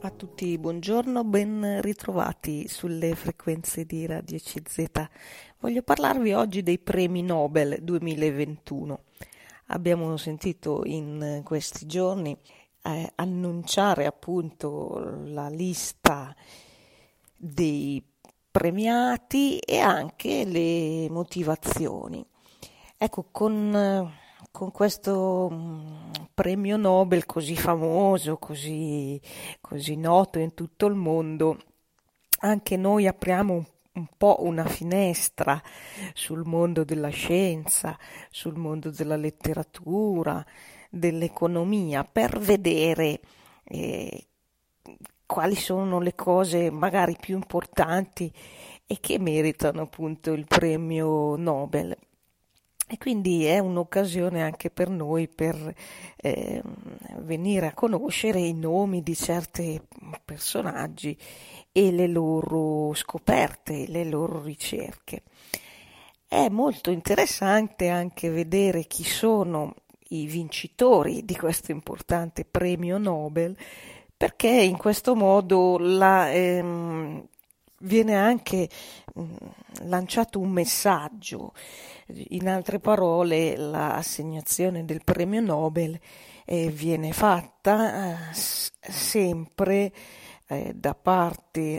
A tutti, buongiorno, ben ritrovati sulle frequenze di Radio CZ. Voglio parlarvi oggi dei premi Nobel 2021. Abbiamo sentito in questi giorni annunciare appunto la lista dei premiati e anche le motivazioni. Ecco, con questo premio Nobel così famoso, così noto in tutto il mondo, anche noi apriamo un po' una finestra sul mondo della scienza, sul mondo della letteratura, dell'economia, per vedere eh, quali sono le cose magari più importanti e che meritano appunto il premio Nobel. E quindi è un'occasione anche per noi per eh, venire a conoscere i nomi di certi personaggi e le loro scoperte, le loro ricerche. È molto interessante anche vedere chi sono i vincitori di questo importante premio Nobel, perché in questo modo viene anche lanciato un messaggio. In altre parole, l'assegnazione del premio Nobel viene fatta sempre da parte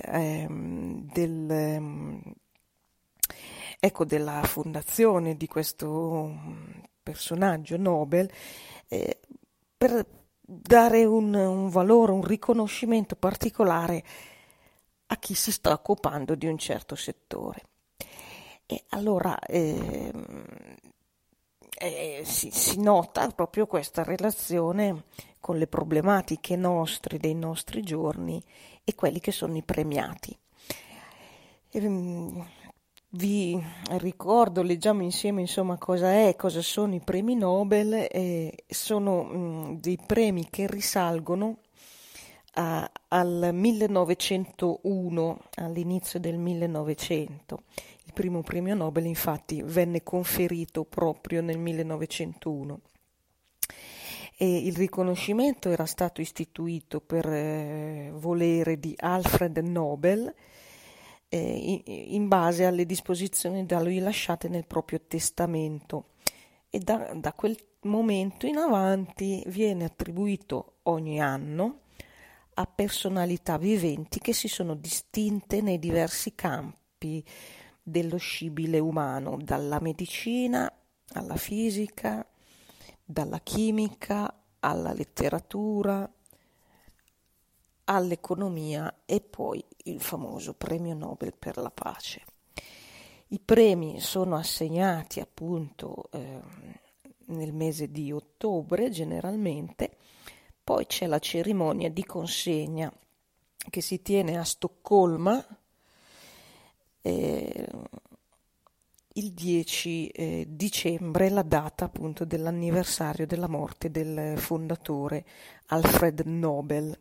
della fondazione di questo personaggio Nobel, per dare un valore, un riconoscimento particolare a chi si sta occupando di un certo settore. E allora si nota proprio questa relazione con le problematiche nostre, dei nostri giorni e quelli che sono i premiati. Vi ricordo, leggiamo insieme insomma cosa sono i premi Nobel. Sono dei premi che risalgono al 1901, all'inizio del 1900. Il primo premio Nobel infatti venne conferito proprio nel 1901 e il riconoscimento era stato istituito per volere di Alfred Nobel in base alle disposizioni da lui lasciate nel proprio testamento, e da quel momento in avanti viene attribuito ogni anno a personalità viventi che si sono distinte nei diversi campi dello scibile umano, dalla medicina alla fisica, dalla chimica alla letteratura, all'economia e poi il famoso premio Nobel per la pace. I premi sono assegnati appunto nel mese di ottobre generalmente. Poi c'è la cerimonia di consegna che si tiene a Stoccolma il 10 dicembre, la data appunto dell'anniversario della morte del fondatore Alfred Nobel.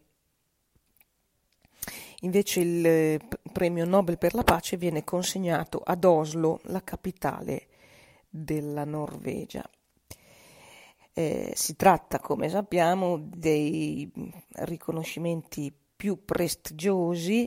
Invece il premio Nobel per la pace viene consegnato ad Oslo, la capitale della Norvegia. Si tratta, come sappiamo, dei riconoscimenti più prestigiosi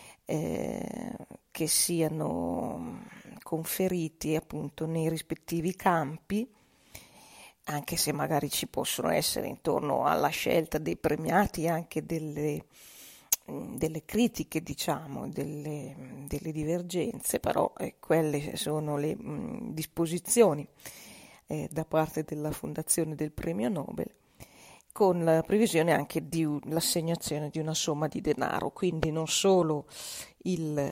che siano conferiti appunto nei rispettivi campi, anche se magari ci possono essere intorno alla scelta dei premiati anche delle critiche, diciamo, delle divergenze, però quelle sono le disposizioni da parte della fondazione del premio Nobel, con la previsione anche di l'assegnazione di una somma di denaro, quindi non solo il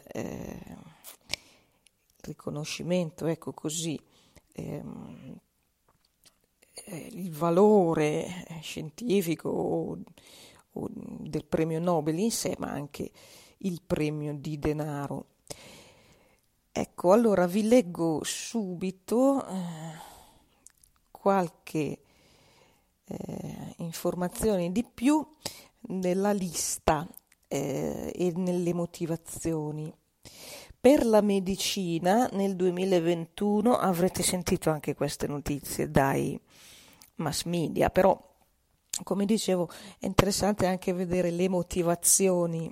riconoscimento, ecco così, il valore scientifico o del premio Nobel in sé, ma anche il premio di denaro. Ecco, allora vi leggo subito qualche informazione di più nella lista e nelle motivazioni. Per la medicina nel 2021 avrete sentito anche queste notizie dai mass media, però come dicevo, è interessante anche vedere le motivazioni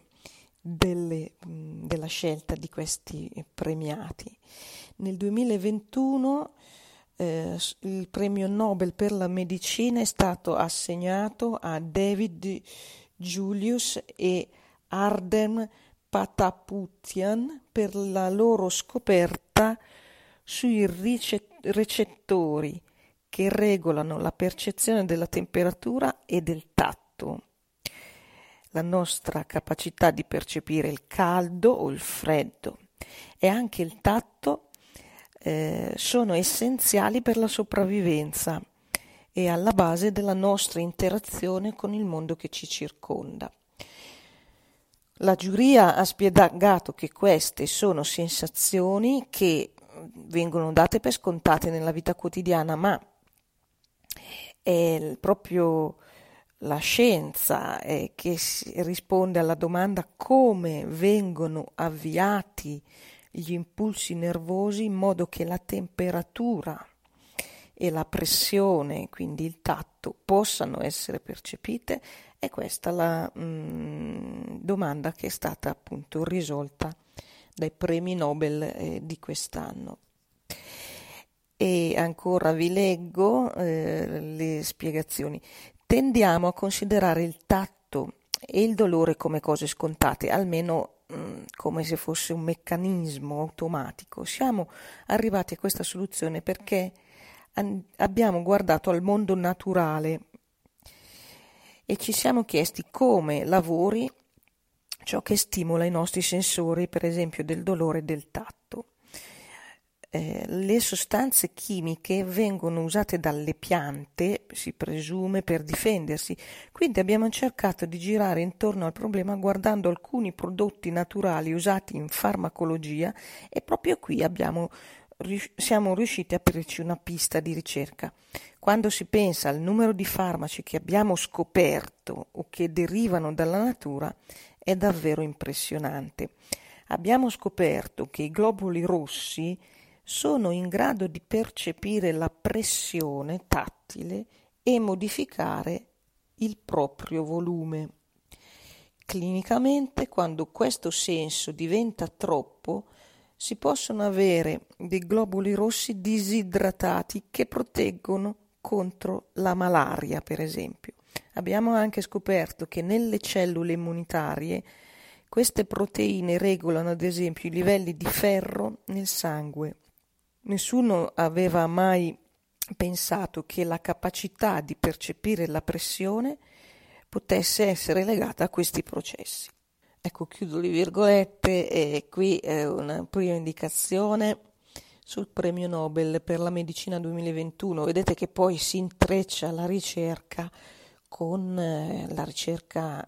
della scelta di questi premiati. Nel 2021 il premio Nobel per la medicina è stato assegnato a David Julius e Ardem Pataputian per la loro scoperta sui recettori che regolano la percezione della temperatura e del tatto. La nostra capacità di percepire il caldo o il freddo e anche il tatto sono essenziali per la sopravvivenza e alla base della nostra interazione con il mondo che ci circonda. La giuria ha spiegato che queste sono sensazioni che vengono date per scontate nella vita quotidiana, ma è proprio la scienza che risponde alla domanda come vengono avviati gli impulsi nervosi in modo che la temperatura e la pressione, quindi il tatto, possano essere percepite. È questa la domanda che è stata appunto risolta dai premi Nobel di quest'anno. E ancora vi leggo le spiegazioni. Tendiamo a considerare il tatto e il dolore come cose scontate, almeno come se fosse un meccanismo automatico. Siamo arrivati a questa soluzione perché abbiamo guardato al mondo naturale e ci siamo chiesti come lavori ciò che stimola i nostri sensori, per esempio del dolore e del tatto. Le sostanze chimiche vengono usate dalle piante, si presume, per difendersi, quindi abbiamo cercato di girare intorno al problema guardando alcuni prodotti naturali usati in farmacologia e proprio qui siamo riusciti a aprirci una pista di ricerca. Quando si pensa al numero di farmaci che abbiamo scoperto o che derivano dalla natura, è davvero impressionante. Abbiamo scoperto che i globuli rossi sono in grado di percepire la pressione tattile e modificare il proprio volume. Clinicamente, quando questo senso diventa troppo, si possono avere dei globuli rossi disidratati che proteggono contro la malaria, per esempio. Abbiamo anche scoperto che nelle cellule immunitarie queste proteine regolano ad esempio i livelli di ferro nel sangue. Nessuno aveva mai pensato che la capacità di percepire la pressione potesse essere legata a questi processi. Ecco, chiudo le virgolette e qui è una prima indicazione sul premio Nobel per la medicina 2021. Vedete che poi si intreccia la ricerca con la ricerca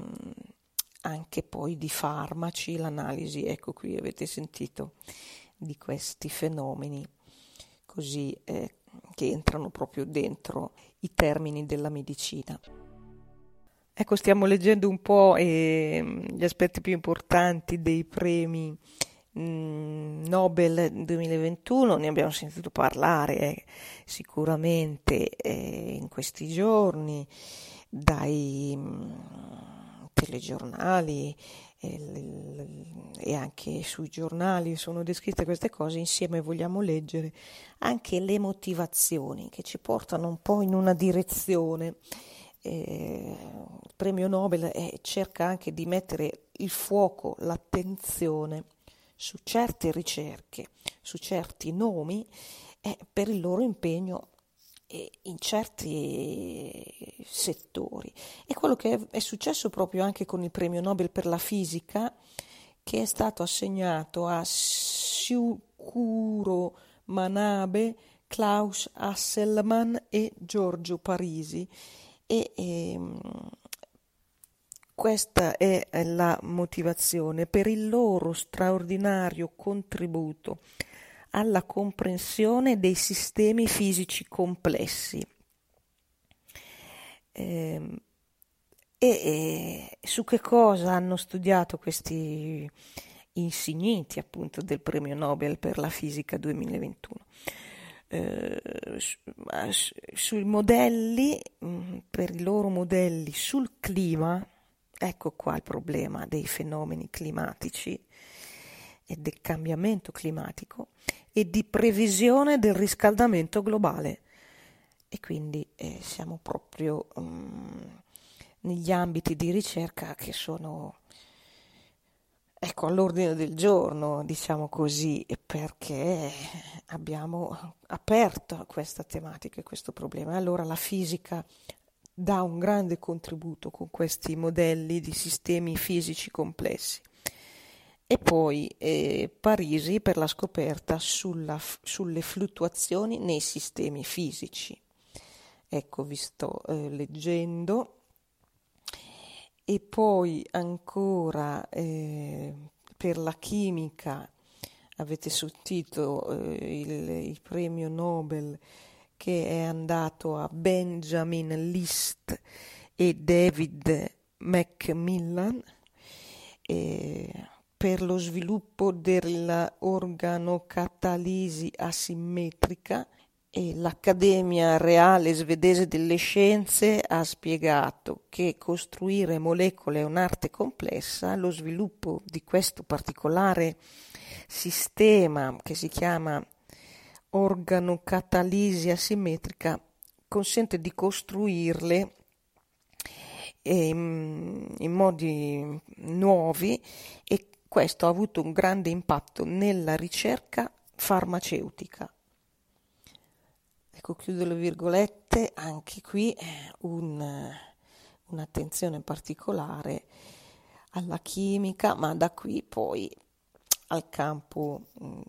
anche poi di farmaci, l'analisi, ecco qui avete sentito di questi fenomeni così che entrano proprio dentro i termini della medicina. Ecco, stiamo leggendo un po' gli aspetti più importanti dei premi Nobel 2021, ne abbiamo sentito parlare sicuramente in questi giorni dai telegiornali e anche sui giornali sono descritte queste cose. Insieme vogliamo leggere anche le motivazioni che ci portano un po' in una direzione. Il premio Nobel cerca anche di mettere il fuoco, l'attenzione su certe ricerche, su certi nomi per il loro impegno in certi settori. E quello che è successo proprio anche con il premio Nobel per la fisica, che è stato assegnato a Shukuro Manabe, Klaus Hasselmann e Giorgio Parisi. Questa è la motivazione per il loro straordinario contributo alla comprensione dei sistemi fisici complessi su che cosa hanno studiato questi insigniti appunto del premio Nobel per la fisica 2021. sui modelli, per i loro modelli sul clima. Ecco qua il problema dei fenomeni climatici e del cambiamento climatico e di previsione del riscaldamento globale. E quindi siamo proprio negli ambiti di ricerca che sono, ecco, all'ordine del giorno, diciamo così, perché abbiamo aperto questa tematica e questo problema. Allora la fisica dà un grande contributo con questi modelli di sistemi fisici complessi. E poi Parisi per la scoperta sulle fluttuazioni nei sistemi fisici. Ecco, vi sto leggendo. E poi ancora per la chimica avete sentito il premio Nobel che è andato a Benjamin List e David Macmillan per lo sviluppo dell'organocatalisi asimmetrica. E l'Accademia Reale Svedese delle Scienze ha spiegato che costruire molecole è un'arte complessa. Lo sviluppo di questo particolare sistema, che si chiama organocatalisi asimmetrica, consente di costruirle in modi nuovi, e questo ha avuto un grande impatto nella ricerca farmaceutica. Ecco, chiudo le virgolette, anche qui un'attenzione particolare alla chimica, ma da qui poi al campo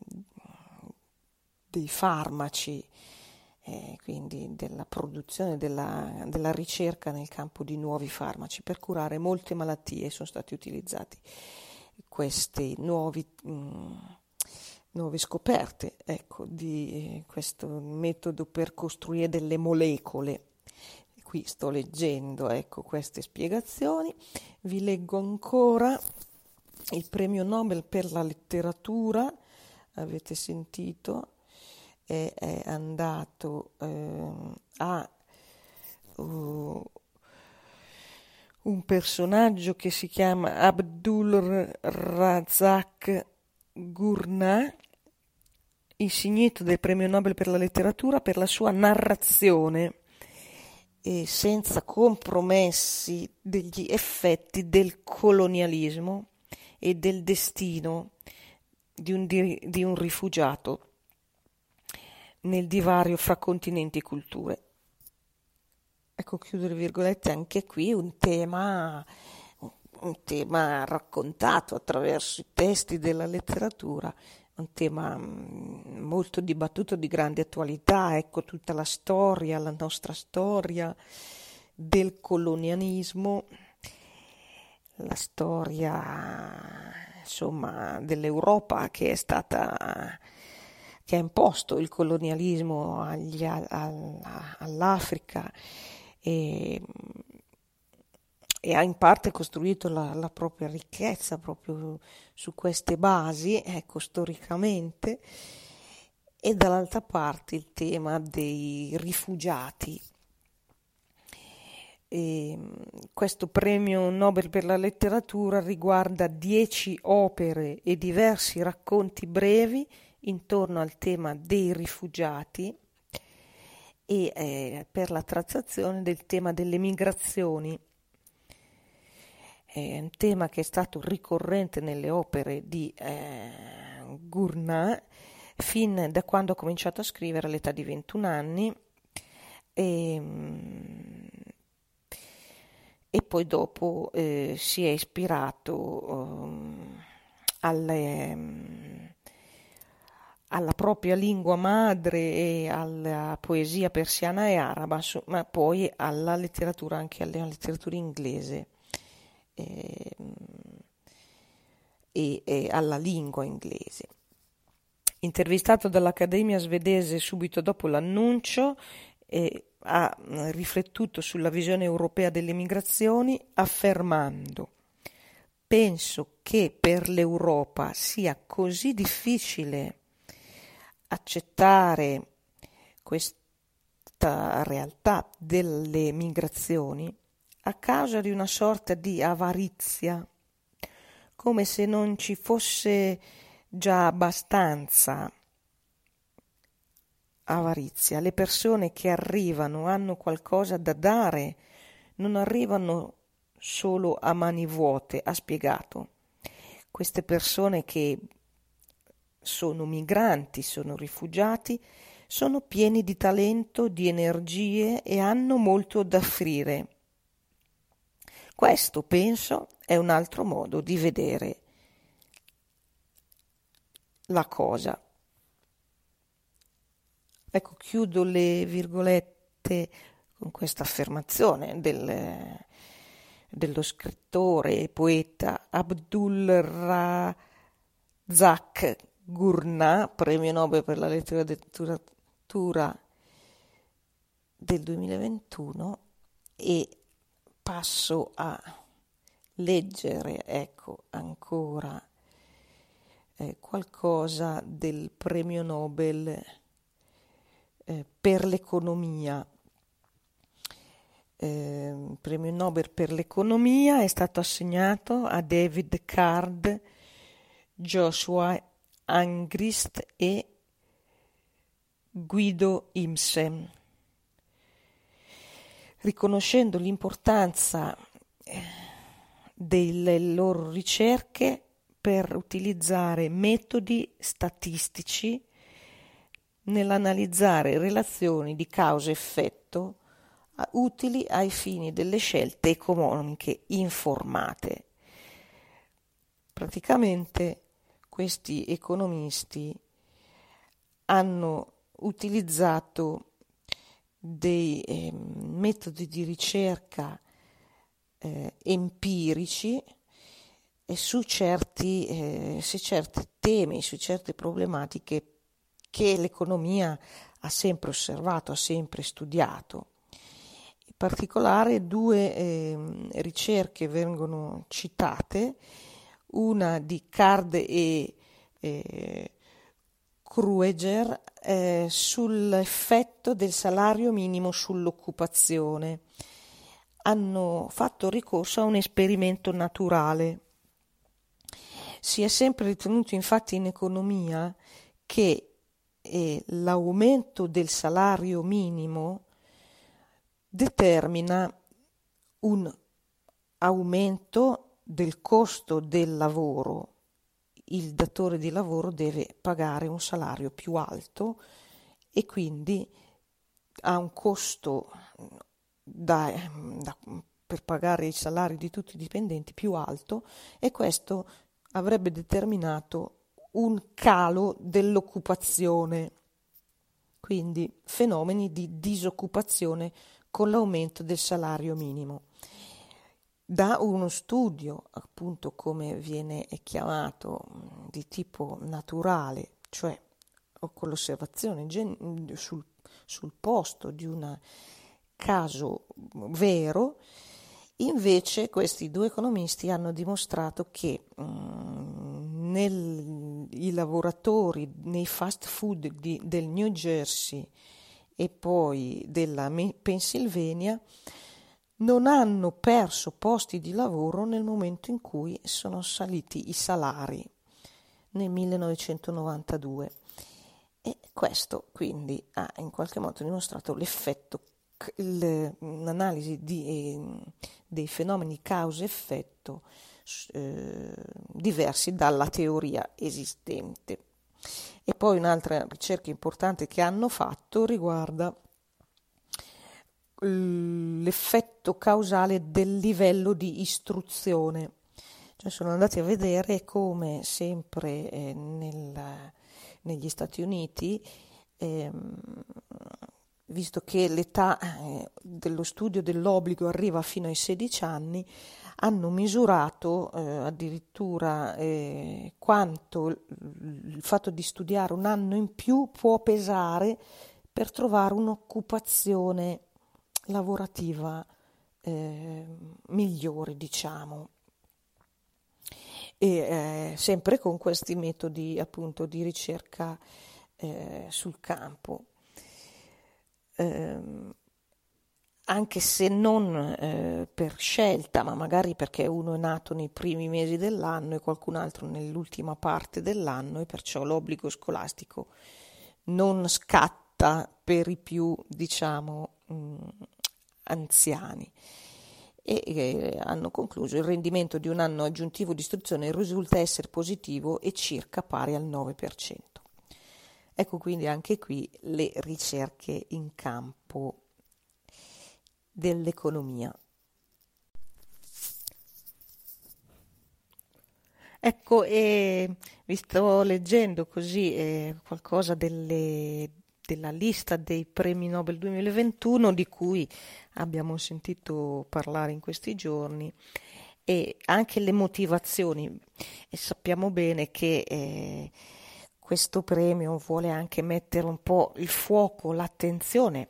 dei farmaci, quindi della produzione, della ricerca nel campo di nuovi farmaci. Per curare molte malattie sono stati utilizzati questi nuove scoperte, ecco, di questo metodo per costruire delle molecole. Qui sto leggendo, ecco, queste spiegazioni. Vi leggo ancora il premio Nobel per la letteratura, avete sentito, è andato a un personaggio che si chiama Abdul Razak Gurnah, insignito del premio Nobel per la letteratura per la sua narrazione senza compromessi degli effetti del colonialismo e del destino di un rifugiato nel divario fra continenti e culture. Ecco, chiudo le virgolette, anche qui un tema raccontato attraverso i testi della letteratura, un tema molto dibattuto, di grande attualità. Ecco, tutta la storia, la nostra storia del colonialismo, la storia, insomma, dell'Europa che ha imposto il colonialismo all'Africa e ha in parte costruito la propria ricchezza proprio su queste basi, ecco, storicamente. E dall'altra parte il tema dei rifugiati. Questo premio Nobel per la letteratura riguarda 10 opere e diversi racconti brevi intorno al tema dei rifugiati e per la trattazione del tema delle migrazioni. È un tema che è stato ricorrente nelle opere di Gurnah fin da quando ha cominciato a scrivere all'età di 21 anni e poi dopo si è ispirato alla propria lingua madre e alla poesia persiana e araba, ma poi alla letteratura, anche alla letteratura inglese e alla lingua inglese. Intervistato dall'Accademia svedese subito dopo l'annuncio, ha riflettuto sulla visione europea delle migrazioni affermando: penso che per l'Europa sia così difficile accettare questa realtà delle migrazioni a causa di una sorta di avarizia, come se non ci fosse già abbastanza avarizia. Le persone che arrivano hanno qualcosa da dare, non arrivano solo a mani vuote, ha spiegato. Queste persone che sono migranti, sono rifugiati, sono pieni di talento, di energie e hanno molto da offrire. Questo, penso, è un altro modo di vedere la cosa. Ecco, chiudo le virgolette con questa affermazione dello scrittore e poeta Abdul Razak Gurnah, premio Nobel per la letteratura del 2021, e passo a leggere, ecco, ancora qualcosa del premio Nobel per l'economia. Il premio Nobel per l'economia è stato assegnato a David Card, Joshua Angrist e Guido Imsen, riconoscendo l'importanza delle loro ricerche per utilizzare metodi statistici nell'analizzare relazioni di causa-effetto utili ai fini delle scelte economiche informate. Praticamente questi economisti hanno utilizzato dei metodi di ricerca empirici su certi temi, su certe problematiche che l'economia ha sempre osservato, ha sempre studiato. In particolare due ricerche vengono citate, una di Card e Krueger sull'effetto del salario minimo sull'occupazione. Hanno fatto ricorso a un esperimento naturale. Si è sempre ritenuto infatti in economia che l'aumento del salario minimo determina un aumento del costo del lavoro. Il datore di lavoro deve pagare un salario più alto e quindi ha un costo per pagare i salari di tutti i dipendenti più alto, e questo avrebbe determinato un calo dell'occupazione, quindi fenomeni di disoccupazione con l'aumento del salario minimo. Da uno studio, appunto come viene chiamato, di tipo naturale, cioè con l'osservazione sul posto di un caso vero, invece questi due economisti hanno dimostrato che i lavoratori nei fast food del New Jersey e poi della Pennsylvania non hanno perso posti di lavoro nel momento in cui sono saliti i salari nel 1992, e questo quindi ha in qualche modo dimostrato l'effetto, un'analisi dei fenomeni causa-effetto diversi dalla teoria esistente. E poi un'altra ricerca importante che hanno fatto riguarda l'effetto causale del livello di istruzione. Cioè sono andati a vedere come sempre negli Stati Uniti, visto che l'età dello studio dell'obbligo arriva fino ai 16 anni, hanno misurato addirittura quanto il fatto di studiare un anno in più può pesare per trovare un'occupazione lavorativa migliore, diciamo. E sempre con questi metodi appunto di ricerca sul campo. anche se non per scelta, ma magari perché uno è nato nei primi mesi dell'anno e qualcun altro nell'ultima parte dell'anno, e perciò l'obbligo scolastico non scatta per i più, diciamo, anziani. E hanno concluso: il rendimento di un anno aggiuntivo di istruzione risulta essere positivo e circa pari al 9%. Ecco quindi anche qui le ricerche in campo dell'economia. Ecco, e vi sto leggendo così qualcosa della lista dei premi Nobel 2021 di cui abbiamo sentito parlare in questi giorni, e anche le motivazioni. E sappiamo bene che questo premio vuole anche mettere un po' il fuoco, l'attenzione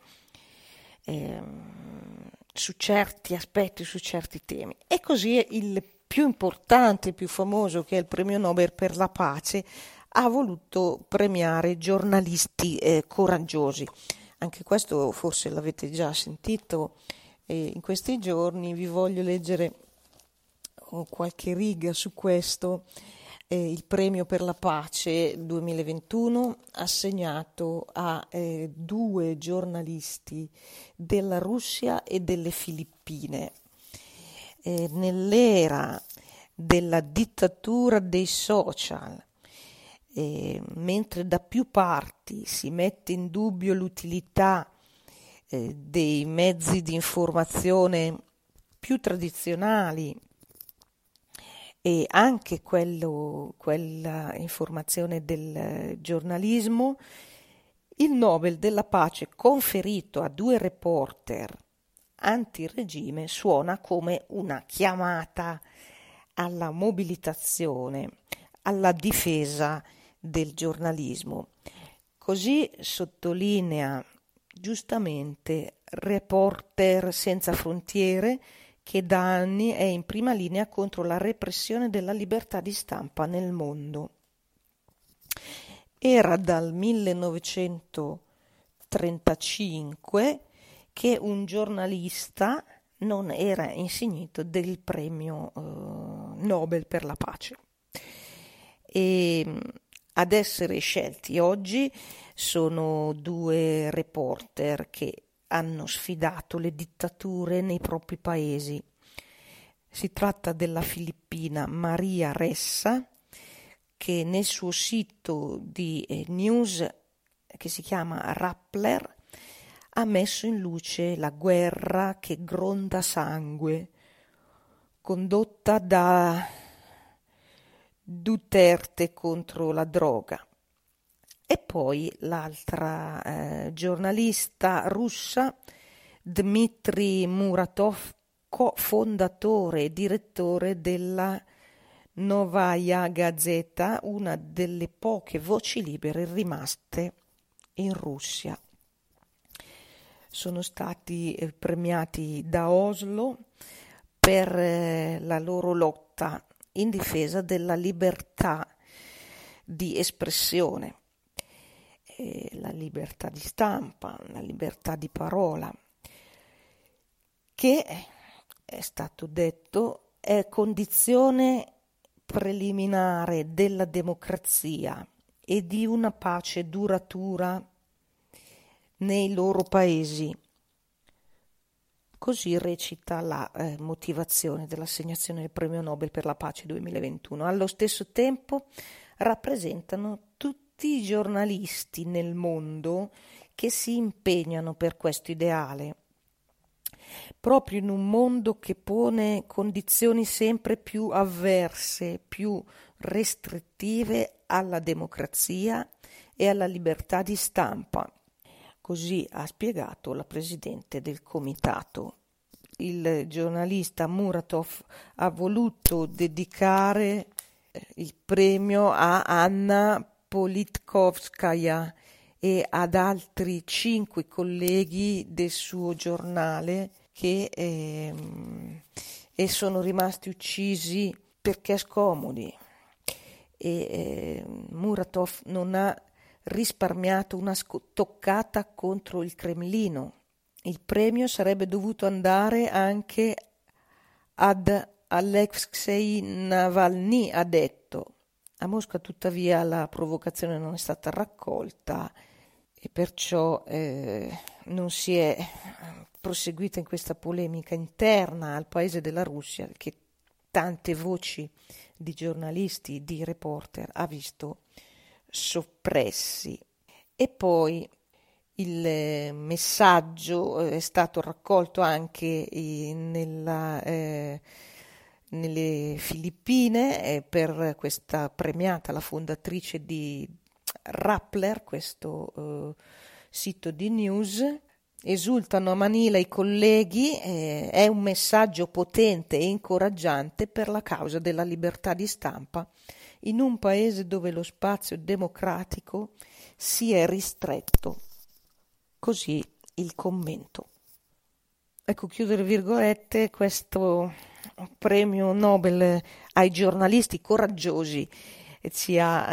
su certi aspetti, su certi temi. E così il più importante, il più famoso, che è il premio Nobel per la pace, ha voluto premiare giornalisti coraggiosi. Anche questo forse l'avete già sentito in questi giorni. Vi voglio leggere qualche riga su questo. Il premio per la pace 2021 assegnato a 2 giornalisti della Russia e delle Filippine. Nell'era della dittatura dei social, mentre da più parti si mette in dubbio l'utilità dei mezzi di informazione più tradizionali e anche quella informazione del giornalismo, il Nobel della pace conferito a 2 reporter antiregime suona come una chiamata alla mobilitazione, alla difesa del giornalismo. Così sottolinea giustamente Reporter Senza Frontiere, che da anni è in prima linea contro la repressione della libertà di stampa nel mondo. Era dal 1935 che un giornalista non era insignito del premio Nobel per la pace. E ad essere scelti oggi sono 2 reporter che hanno sfidato le dittature nei propri paesi. Si tratta della filippina Maria Ressa, che nel suo sito di news, che si chiama Rappler, ha messo in luce la guerra che gronda sangue, condotta da Duterte contro la droga. E poi l'altra giornalista russa, Dmitry Muratov, cofondatore e direttore della Novaya Gazeta, una delle poche voci libere rimaste in Russia. Sono stati premiati da Oslo per la loro lotta in difesa della libertà di espressione, la libertà di stampa, la libertà di parola, che è stato detto è condizione preliminare della democrazia e di una pace duratura nei loro paesi. Così recita la motivazione dell'assegnazione del premio Nobel per la pace 2021. Allo stesso tempo rappresentano tutti i giornalisti nel mondo che si impegnano per questo ideale, proprio in un mondo che pone condizioni sempre più avverse, più restrittive alla democrazia e alla libertà di stampa. Così ha spiegato la presidente del comitato. Il giornalista Muratov ha voluto dedicare il premio a Anna Politkovskaya e ad altri 5 colleghi del suo giornale che sono rimasti uccisi perché scomodi. Muratov non ha risparmiato una toccata contro il Cremlino. Il premio sarebbe dovuto andare anche ad Alexei Navalny, ha detto. A Mosca tuttavia la provocazione non è stata raccolta e perciò non si è proseguita in questa polemica interna al paese della Russia che tante voci di giornalisti, di reporter ha visto soppressi. E poi il messaggio è stato raccolto anche nelle Filippine per questa premiata, la fondatrice di Rappler, questo sito di news. Esultano a Manila i colleghi, è un messaggio potente e incoraggiante per la causa della libertà di stampa in un paese dove lo spazio democratico si è ristretto. Così il commento. Ecco, chiudere virgolette, questo premio Nobel ai giornalisti coraggiosi ci ha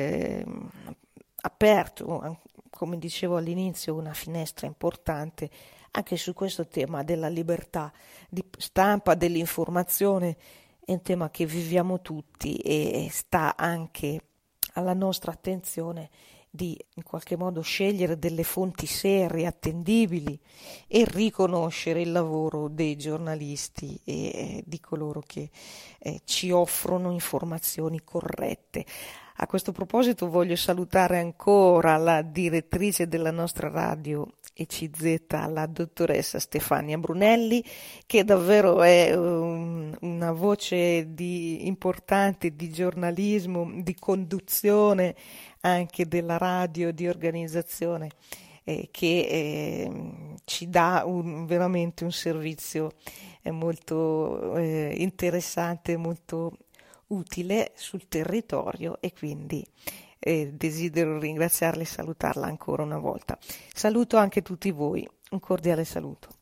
aperto, come dicevo all'inizio, una finestra importante anche su questo tema della libertà di stampa, dell'informazione. È un tema che viviamo tutti e sta anche alla nostra attenzione di in qualche modo scegliere delle fonti serie, attendibili e riconoscere il lavoro dei giornalisti e di coloro che ci offrono informazioni corrette. A questo proposito voglio salutare ancora la direttrice della nostra radio ECZ, la dottoressa Stefania Brunelli, che davvero è una voce importante di giornalismo, di conduzione anche della radio, di organizzazione, che ci dà veramente un servizio molto interessante, molto utile sul territorio e quindi desidero ringraziarla e salutarla ancora una volta. Saluto anche tutti voi, un cordiale saluto.